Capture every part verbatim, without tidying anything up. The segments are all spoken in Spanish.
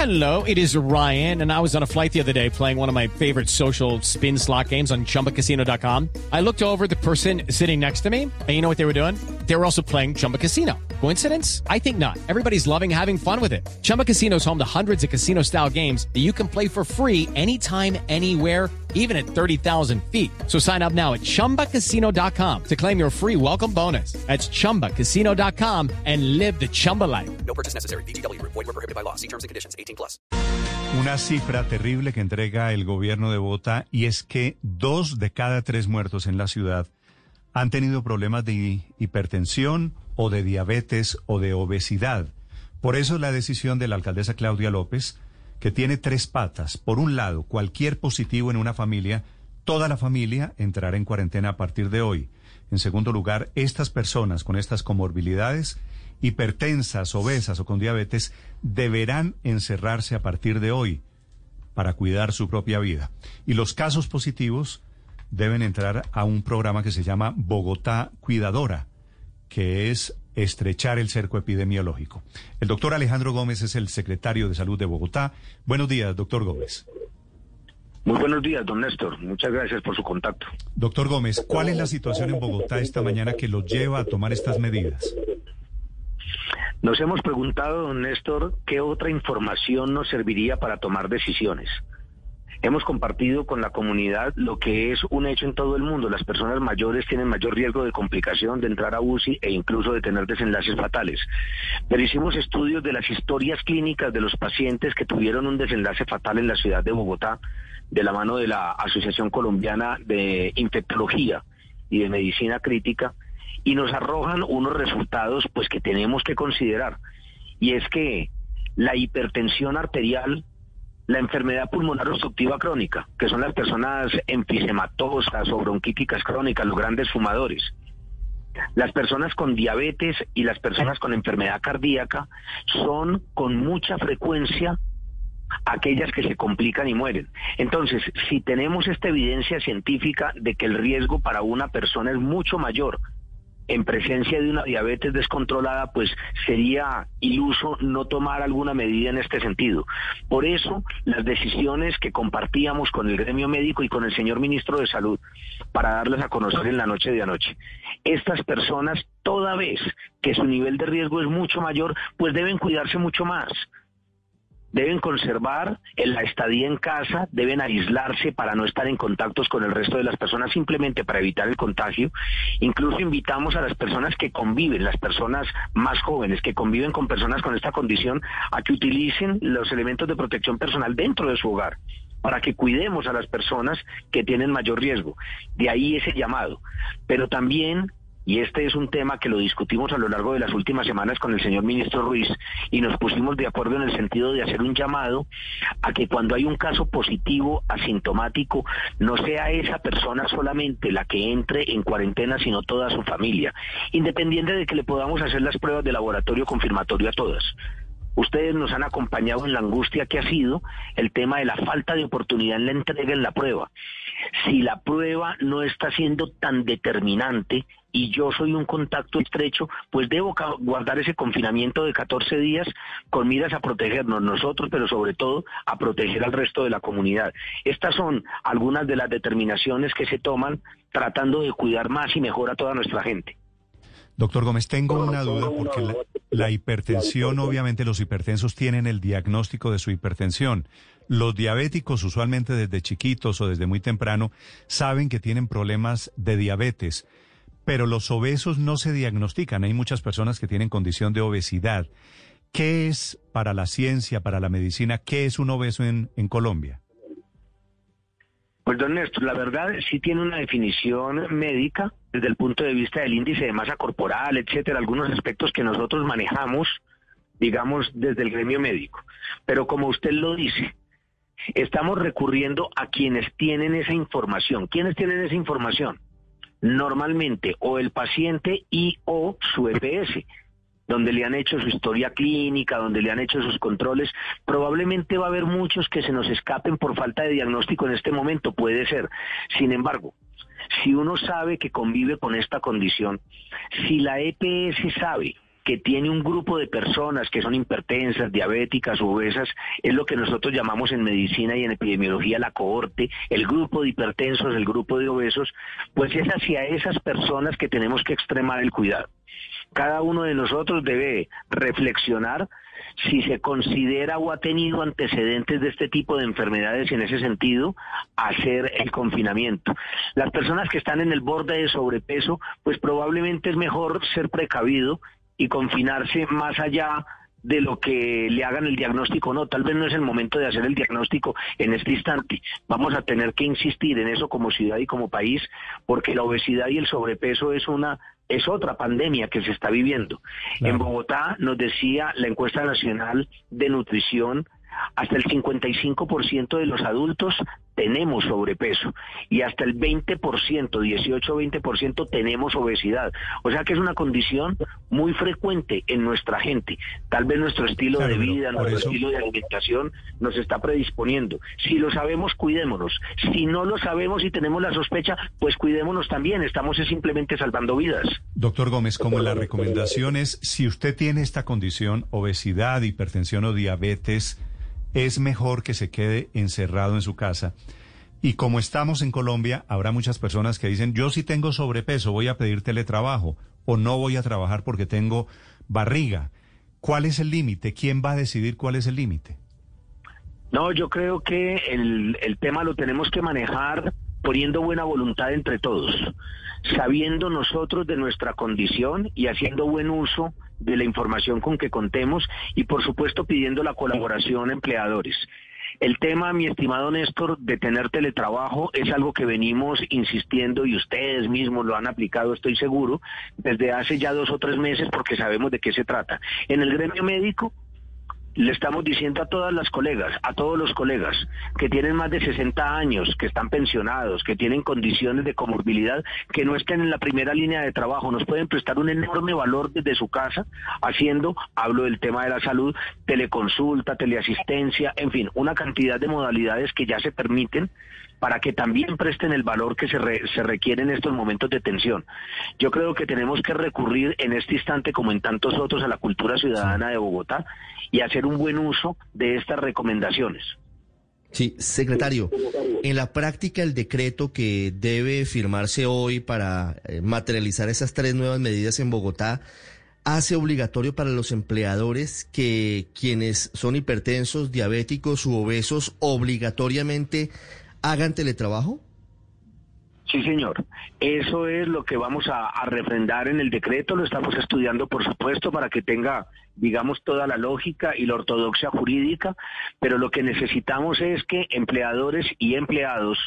Hello, it is Ryan, and I was on a flight the other day playing one of my favorite social spin slot games on Chumba Casino dot com. I looked over at the person sitting next to me, and you know what they were doing? They were also playing Chumba Casino. Coincidence? I think not. Everybody's loving having fun with it. Chumba Casino is home to hundreds of casino-style games that you can play for free anytime, anywhere, even at thirty thousand feet. So sign up now at Chumba Casino dot com to claim your free welcome bonus. That's Chumba Casino dot com and live the Chumba life. No purchase necessary. V G W. Void where prohibited by law. See terms and conditions. eighteen plus. Una cifra terrible que entrega el gobierno de Bogotá, y es que dos de cada tres muertos en la ciudad han tenido problemas de hipertensión o de diabetes o de obesidad. Por eso la decisión de la alcaldesa Claudia López, que tiene tres patas. Por un lado, cualquier positivo en una familia, toda la familia entrará en cuarentena a partir de hoy. En segundo lugar, estas personas con estas comorbilidades, hipertensas, obesas o con diabetes, deberán encerrarse a partir de hoy para cuidar su propia vida. Y los casos positivos deben entrar a un programa que se llama Bogotá Cuidadora, que es estrechar el cerco epidemiológico. El doctor Alejandro Gómez es el secretario de Salud de Bogotá. Buenos días, doctor Gómez. Muy buenos días, don Néstor. Muchas gracias por su contacto. Doctor Gómez, ¿cuál es la situación en Bogotá esta mañana que los lleva a tomar estas medidas? Nos hemos preguntado, don Néstor, qué otra información nos serviría para tomar decisiones. Hemos compartido con la comunidad lo que es un hecho en todo el mundo. Las personas mayores tienen mayor riesgo de complicación, de entrar a U C I e incluso de tener desenlaces fatales. Pero hicimos estudios de las historias clínicas de los pacientes que tuvieron un desenlace fatal en la ciudad de Bogotá, de la mano de la Asociación Colombiana de Infectología y de Medicina Crítica, y nos arrojan unos resultados pues que tenemos que considerar. Y es que la hipertensión arterial, la enfermedad pulmonar obstructiva crónica, que son las personas enfisematosas o bronquíticas crónicas, los grandes fumadores, las personas con diabetes y las personas con enfermedad cardíaca son con mucha frecuencia aquellas que se complican y mueren. Entonces, si tenemos esta evidencia científica de que el riesgo para una persona es mucho mayor en presencia de una diabetes descontrolada, pues sería iluso no tomar alguna medida en este sentido. Por eso, las decisiones que compartíamos con el gremio médico y con el señor ministro de Salud, para darles a conocer en la noche de anoche, estas personas, toda vez que su nivel de riesgo es mucho mayor, pues deben cuidarse mucho más. Deben conservar la estadía en casa, deben aislarse para no estar en contactos con el resto de las personas, simplemente para evitar el contagio. Incluso invitamos a las personas que conviven, las personas más jóvenes que conviven con personas con esta condición, a que utilicen los elementos de protección personal dentro de su hogar, para que cuidemos a las personas que tienen mayor riesgo. De ahí ese llamado. Pero también, y este es un tema que lo discutimos a lo largo de las últimas semanas con el señor ministro Ruiz, y nos pusimos de acuerdo en el sentido de hacer un llamado a que cuando hay un caso positivo asintomático, no sea esa persona solamente la que entre en cuarentena, sino toda su familia, independiente de que le podamos hacer las pruebas de laboratorio confirmatorio a todas. Ustedes nos han acompañado en la angustia que ha sido el tema de la falta de oportunidad en la entrega en la prueba. Si la prueba no está siendo tan determinante y yo soy un contacto estrecho, pues debo guardar ese confinamiento de catorce días con miras a protegernos nosotros, pero sobre todo a proteger al resto de la comunidad. Estas son algunas de las determinaciones que se toman tratando de cuidar más y mejor a toda nuestra gente. Doctor Gómez, tengo una duda porque la, la hipertensión, obviamente los hipertensos tienen el diagnóstico de su hipertensión. Los diabéticos, usualmente desde chiquitos o desde muy temprano, saben que tienen problemas de diabetes, pero los obesos no se diagnostican. Hay muchas personas que tienen condición de obesidad. ¿Qué es para la ciencia, para la medicina, qué es un obeso en, en Colombia? Pues, don Néstor, la verdad sí tiene una definición médica desde el punto de vista del índice de masa corporal, etcétera, algunos aspectos que nosotros manejamos, digamos, desde el gremio médico. Pero como usted lo dice, estamos recurriendo a quienes tienen esa información. ¿Quiénes tienen esa información? Normalmente o el paciente y o su E P S, donde le han hecho su historia clínica, donde le han hecho sus controles. Probablemente va a haber muchos que se nos escapen por falta de diagnóstico en este momento, puede ser. Sin embargo, si uno sabe que convive con esta condición, si la E P S sabe que tiene un grupo de personas que son hipertensas, diabéticas, obesas, es lo que nosotros llamamos en medicina y en epidemiología la cohorte, el grupo de hipertensos, el grupo de obesos, pues es hacia esas personas que tenemos que extremar el cuidado. Cada uno de nosotros debe reflexionar si se considera o ha tenido antecedentes de este tipo de enfermedades y en ese sentido hacer el confinamiento. Las personas que están en el borde de sobrepeso, pues probablemente es mejor ser precavido y confinarse más allá de lo que le hagan el diagnóstico. No, tal vez no es el momento de hacer el diagnóstico en este instante. Vamos a tener que insistir en eso como ciudad y como país, porque la obesidad y el sobrepeso es una es otra pandemia que se está viviendo. Claro. En Bogotá, nos decía la encuesta nacional de nutrición, hasta el cincuenta y cinco por ciento de los adultos tenemos sobrepeso y hasta el veinte por ciento, dieciocho a veinte por ciento tenemos obesidad. O sea que es una condición muy frecuente en nuestra gente. Tal vez nuestro estilo claro, de vida, nuestro eso... estilo de alimentación nos está predisponiendo. Si lo sabemos, cuidémonos. Si no lo sabemos y tenemos la sospecha, pues cuidémonos también. Estamos simplemente salvando vidas. Doctor Gómez, como la recomendación es, si usted tiene esta condición, obesidad, hipertensión o diabetes, es mejor que se quede encerrado en su casa. Y como estamos en Colombia, habrá muchas personas que dicen, yo sí tengo sobrepeso, voy a pedir teletrabajo, o no voy a trabajar porque tengo barriga. ¿Cuál es el límite? ¿Quién va a decidir cuál es el límite? No, yo creo que el, el tema lo tenemos que manejar poniendo buena voluntad entre todos, sabiendo nosotros de nuestra condición y haciendo buen uso de la información con que contemos y por supuesto pidiendo la colaboración a empleadores. El tema, mi estimado Néstor, de tener teletrabajo es algo que venimos insistiendo y ustedes mismos lo han aplicado, estoy seguro, desde hace ya dos o tres meses porque sabemos de qué se trata. En el gremio médico le estamos diciendo a todas las colegas, a todos los colegas que tienen más de sesenta años, que están pensionados, que tienen condiciones de comorbilidad, que no estén en la primera línea de trabajo, nos pueden prestar un enorme valor desde su casa, haciendo, hablo del tema de la salud, teleconsulta, teleasistencia, en fin, una cantidad de modalidades que ya se permiten para que también presten el valor que se, re, se requiere en estos momentos de tensión. Yo creo que tenemos que recurrir en este instante, como en tantos otros, a la cultura ciudadana de Bogotá y hacer un buen uso de estas recomendaciones. Sí, secretario, en la práctica el decreto que debe firmarse hoy para materializar esas tres nuevas medidas en Bogotá hace obligatorio para los empleadores que quienes son hipertensos, diabéticos u obesos obligatoriamente hagan teletrabajo. Sí, señor. Eso es lo que vamos a, a refrendar en el decreto. Lo estamos estudiando, por supuesto, para que tenga, digamos, toda la lógica y la ortodoxia jurídica, pero lo que necesitamos es que empleadores y empleados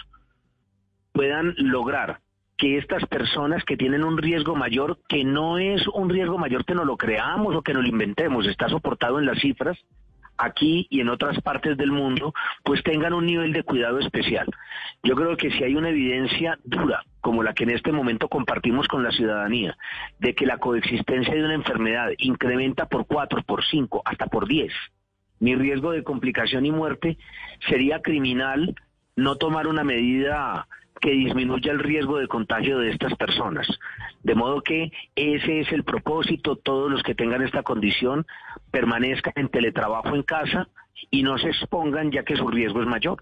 puedan lograr que estas personas que tienen un riesgo mayor, que no es un riesgo mayor que no lo creamos o que no lo inventemos, está soportado en las cifras, aquí y en otras partes del mundo, pues tengan un nivel de cuidado especial. Yo creo que si hay una evidencia dura, como la que en este momento compartimos con la ciudadanía, de que la coexistencia de una enfermedad incrementa por cuatro, por cinco, hasta por diez, mi riesgo de complicación y muerte, sería criminal no tomar una medida que disminuya el riesgo de contagio de estas personas. De modo que ese es el propósito, todos los que tengan esta condición permanezcan en teletrabajo en casa y no se expongan ya que su riesgo es mayor.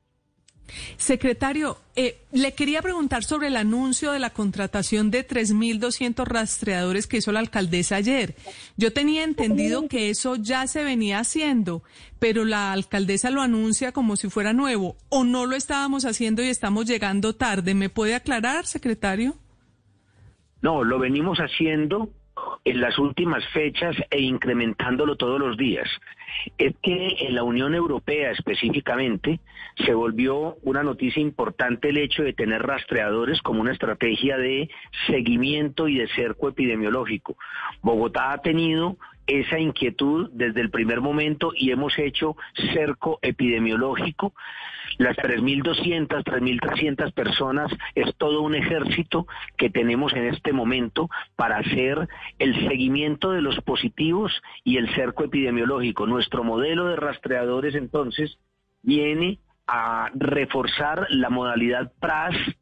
Secretario, eh, le quería preguntar sobre el anuncio de la contratación de tres mil doscientos rastreadores que hizo la alcaldesa ayer. Yo tenía entendido que eso ya se venía haciendo, pero la alcaldesa lo anuncia como si fuera nuevo, o no lo estábamos haciendo y estamos llegando tarde. ¿Me puede aclarar, secretario? No, lo venimos haciendo en las últimas fechas e incrementándolo todos los días. Es que en la Unión Europea específicamente se volvió una noticia importante el hecho de tener rastreadores como una estrategia de seguimiento y de cerco epidemiológico. Bogotá ha tenido esa inquietud desde el primer momento y hemos hecho cerco epidemiológico. Las tres mil doscientas, tres mil trescientas personas es todo un ejército que tenemos en este momento para hacer el seguimiento de los positivos y el cerco epidemiológico. Nuestro modelo de rastreadores entonces viene a reforzar la modalidad P R A S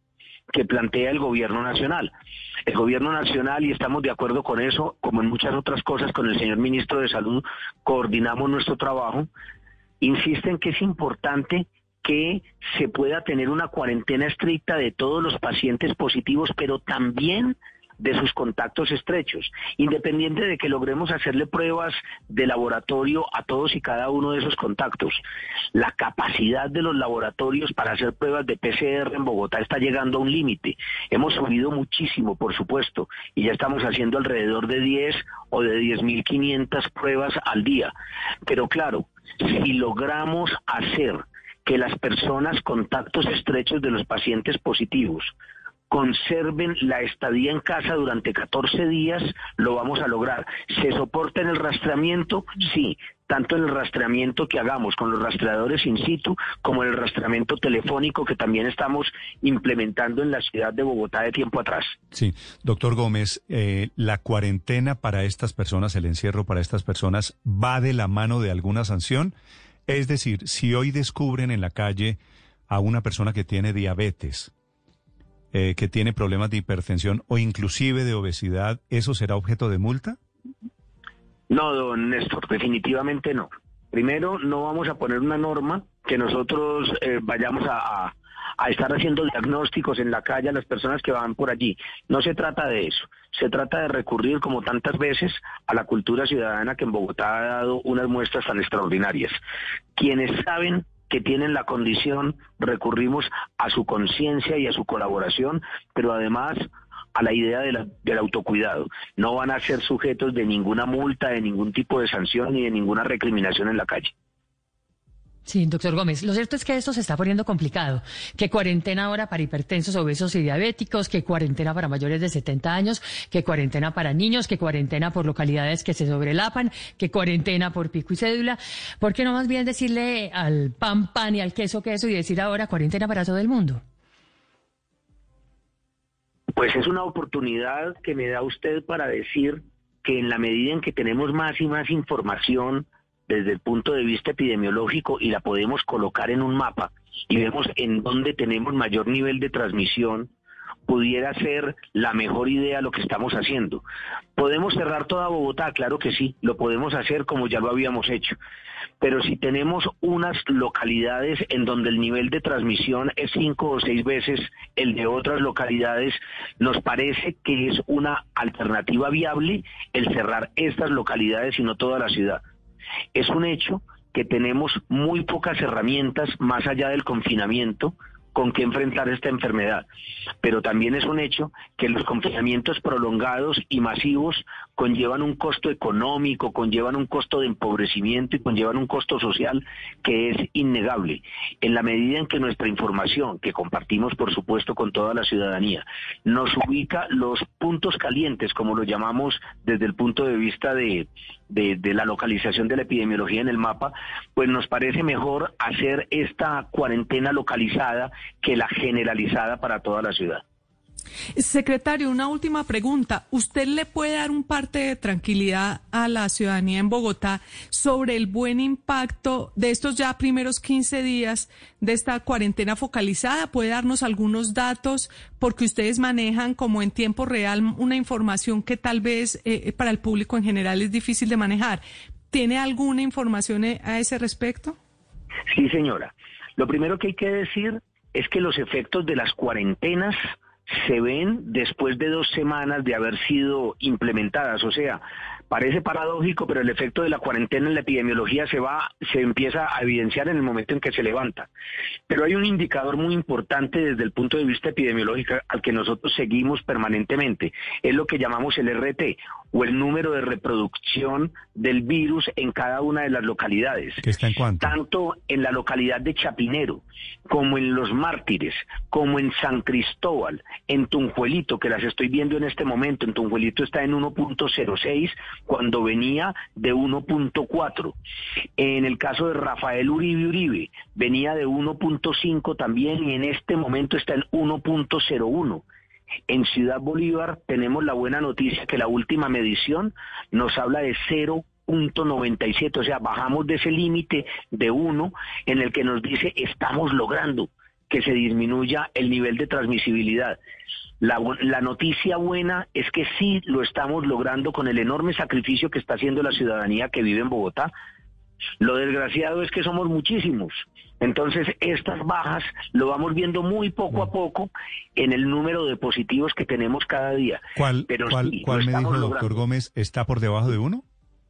que plantea el gobierno nacional. El gobierno nacional, y estamos de acuerdo con eso, como en muchas otras cosas, con el señor ministro de Salud, coordinamos nuestro trabajo, insiste en que es importante que se pueda tener una cuarentena estricta de todos los pacientes positivos, pero también de sus contactos estrechos, independiente de que logremos hacerle pruebas de laboratorio a todos y cada uno de esos contactos. La capacidad de los laboratorios para hacer pruebas de P C R en Bogotá está llegando a un límite. Hemos subido muchísimo, por supuesto, y ya estamos haciendo alrededor de diez o de diez mil quinientas pruebas al día. Pero claro, si logramos hacer que las personas contactos estrechos de los pacientes positivos conserven la estadía en casa durante catorce días, lo vamos a lograr. ¿Se soporta en el rastreamiento? Sí, tanto en el rastreamiento que hagamos con los rastreadores in situ, como en el rastreamiento telefónico que también estamos implementando en la ciudad de Bogotá de tiempo atrás. Sí, doctor Gómez, eh, la cuarentena para estas personas, el encierro para estas personas, ¿va de la mano de alguna sanción? Es decir, si hoy descubren en la calle a una persona que tiene diabetes, Eh, que tiene problemas de hipertensión o inclusive de obesidad, ¿eso será objeto de multa? No, don Néstor, definitivamente no. Primero, no vamos a poner una norma que nosotros eh, vayamos a, a, a estar haciendo diagnósticos en la calle a las personas que van por allí. No se trata de eso. Se trata de recurrir, como tantas veces, a la cultura ciudadana que en Bogotá ha dado unas muestras tan extraordinarias. Quienes saben que tienen la condición, recurrimos a su conciencia y a su colaboración, pero además a la idea de la, del autocuidado. No van a ser sujetos de ninguna multa, de ningún tipo de sanción ni de ninguna recriminación en la calle. Sí, doctor Gómez, lo cierto es que esto se está poniendo complicado. Que cuarentena ahora para hipertensos, obesos y diabéticos, que cuarentena para mayores de setenta años, que cuarentena para niños, que cuarentena por localidades que se sobrelapan, que cuarentena por pico y cédula. ¿Por qué no más bien decirle al pan pan y al queso queso y decir ahora cuarentena para todo el mundo? Pues es una oportunidad que me da usted para decir que en la medida en que tenemos más y más información desde el punto de vista epidemiológico y la podemos colocar en un mapa y vemos en dónde tenemos mayor nivel de transmisión, pudiera ser la mejor idea lo que estamos haciendo. ¿Podemos cerrar toda Bogotá? Claro que sí, lo podemos hacer como ya lo habíamos hecho. Pero si tenemos unas localidades en donde el nivel de transmisión es cinco o seis veces el de otras localidades, nos parece que es una alternativa viable el cerrar estas localidades y no toda la ciudad. Es un hecho que tenemos muy pocas herramientas más allá del confinamiento con que enfrentar esta enfermedad, pero también es un hecho que los confinamientos prolongados y masivos conllevan un costo económico, conllevan un costo de empobrecimiento y conllevan un costo social que es innegable. En la medida en que nuestra información, que compartimos por supuesto con toda la ciudadanía, nos ubica los puntos calientes, como lo llamamos desde el punto de vista de, de, de la localización de la epidemiología en el mapa, pues nos parece mejor hacer esta cuarentena localizada que la generalizada para toda la ciudad. Secretario, una última pregunta. ¿Usted le puede dar un parte de tranquilidad a la ciudadanía en Bogotá sobre el buen impacto de estos ya primeros quince días de esta cuarentena focalizada? ¿Puede darnos algunos datos? Porque ustedes manejan como en tiempo real una información que tal vez eh, para el público en general es difícil de manejar. ¿Tiene alguna información a ese respecto? Sí, señora. Lo primero que hay que decir es que los efectos de las cuarentenas se ven después de dos semanas de haber sido implementadas. O sea, parece paradójico, pero el efecto de la cuarentena en la epidemiología se va, se empieza a evidenciar en el momento en que se levanta. Pero hay un indicador muy importante desde el punto de vista epidemiológico al que nosotros seguimos permanentemente. Es lo que llamamos el R T, o el número de reproducción del virus en cada una de las localidades. ¿Qué está en cuánto? Tanto en la localidad de Chapinero, como en Los Mártires, como en San Cristóbal, en Tunjuelito, que las estoy viendo en este momento. En Tunjuelito está en uno punto cero seis, cuando venía de uno punto cuatro. En el caso de Rafael Uribe Uribe, venía de uno punto cinco también, y en este momento está en uno punto cero uno. En Ciudad Bolívar tenemos la buena noticia que la última medición nos habla de cero punto noventa y siete, o sea, bajamos de ese límite de uno en el que nos dice estamos logrando que se disminuya el nivel de transmisibilidad. La, la noticia buena es que sí lo estamos logrando con el enorme sacrificio que está haciendo la ciudadanía que vive en Bogotá. Lo desgraciado es que somos muchísimos. Entonces, estas bajas lo vamos viendo muy poco a poco en el número de positivos que tenemos cada día. ¿Cuál, Pero cuál, sí, cuál me dijo, doctor logrando. Gómez, está por debajo de uno?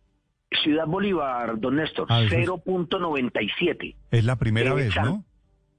Ciudad Bolívar, don Néstor, Ah, eso es- cero punto noventa y siete. Es la primera vez, Exacto. ¿no?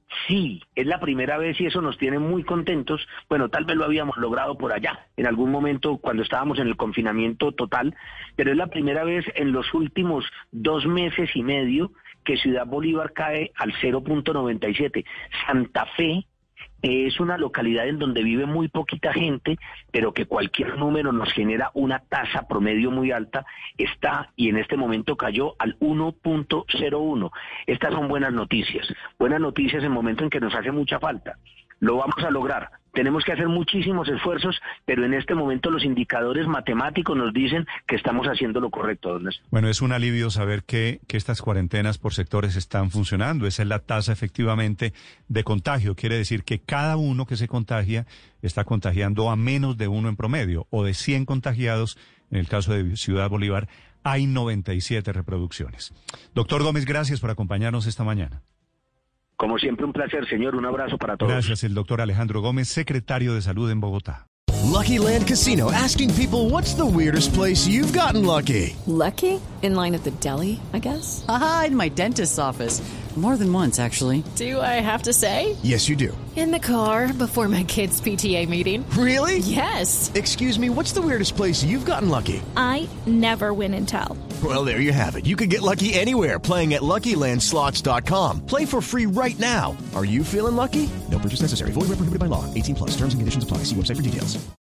Sí, es la primera vez y eso nos tiene muy contentos. Bueno, tal vez lo habíamos logrado por allá, en algún momento cuando estábamos en el confinamiento total, pero es la primera vez en los últimos dos meses y medio que Ciudad Bolívar cae al cero punto noventa y siete. Santa Fe es una localidad en donde vive muy poquita gente, pero que cualquier número nos genera una tasa promedio muy alta, está y en este momento cayó al uno punto cero uno. Estas son buenas noticias, buenas noticias en el momento en que nos hace mucha falta. Lo vamos a lograr. Tenemos que hacer muchísimos esfuerzos, pero en este momento los indicadores matemáticos nos dicen que estamos haciendo lo correcto, don Néstor. Bueno, es un alivio saber que, que estas cuarentenas por sectores están funcionando. Esa es la tasa efectivamente de contagio. Quiere decir que cada uno que se contagia está contagiando a menos de uno en promedio, o de cien contagiados, en el caso de Ciudad Bolívar, hay noventa y siete reproducciones. Doctor Gómez, gracias por acompañarnos esta mañana. Como siempre, un placer, señor. Un abrazo para todos. Gracias, el doctor Alejandro Gómez, secretario de Salud en Bogotá. Lucky Land Casino, asking people, what's the weirdest place you've gotten lucky? Lucky? In line at the deli, I guess? Aha, in my dentist's office. More than once, actually. Do I have to say? Yes, you do. In the car before my kids' P T A meeting. Really? Yes. Excuse me, what's the weirdest place you've gotten lucky? I never win and tell. Well, there you have it. You can get lucky anywhere, playing at Lucky Land Slots dot com. Play for free right now. Are you feeling lucky? No purchase necessary. Void where prohibited by law. eighteen plus. Terms and conditions apply. See website for details.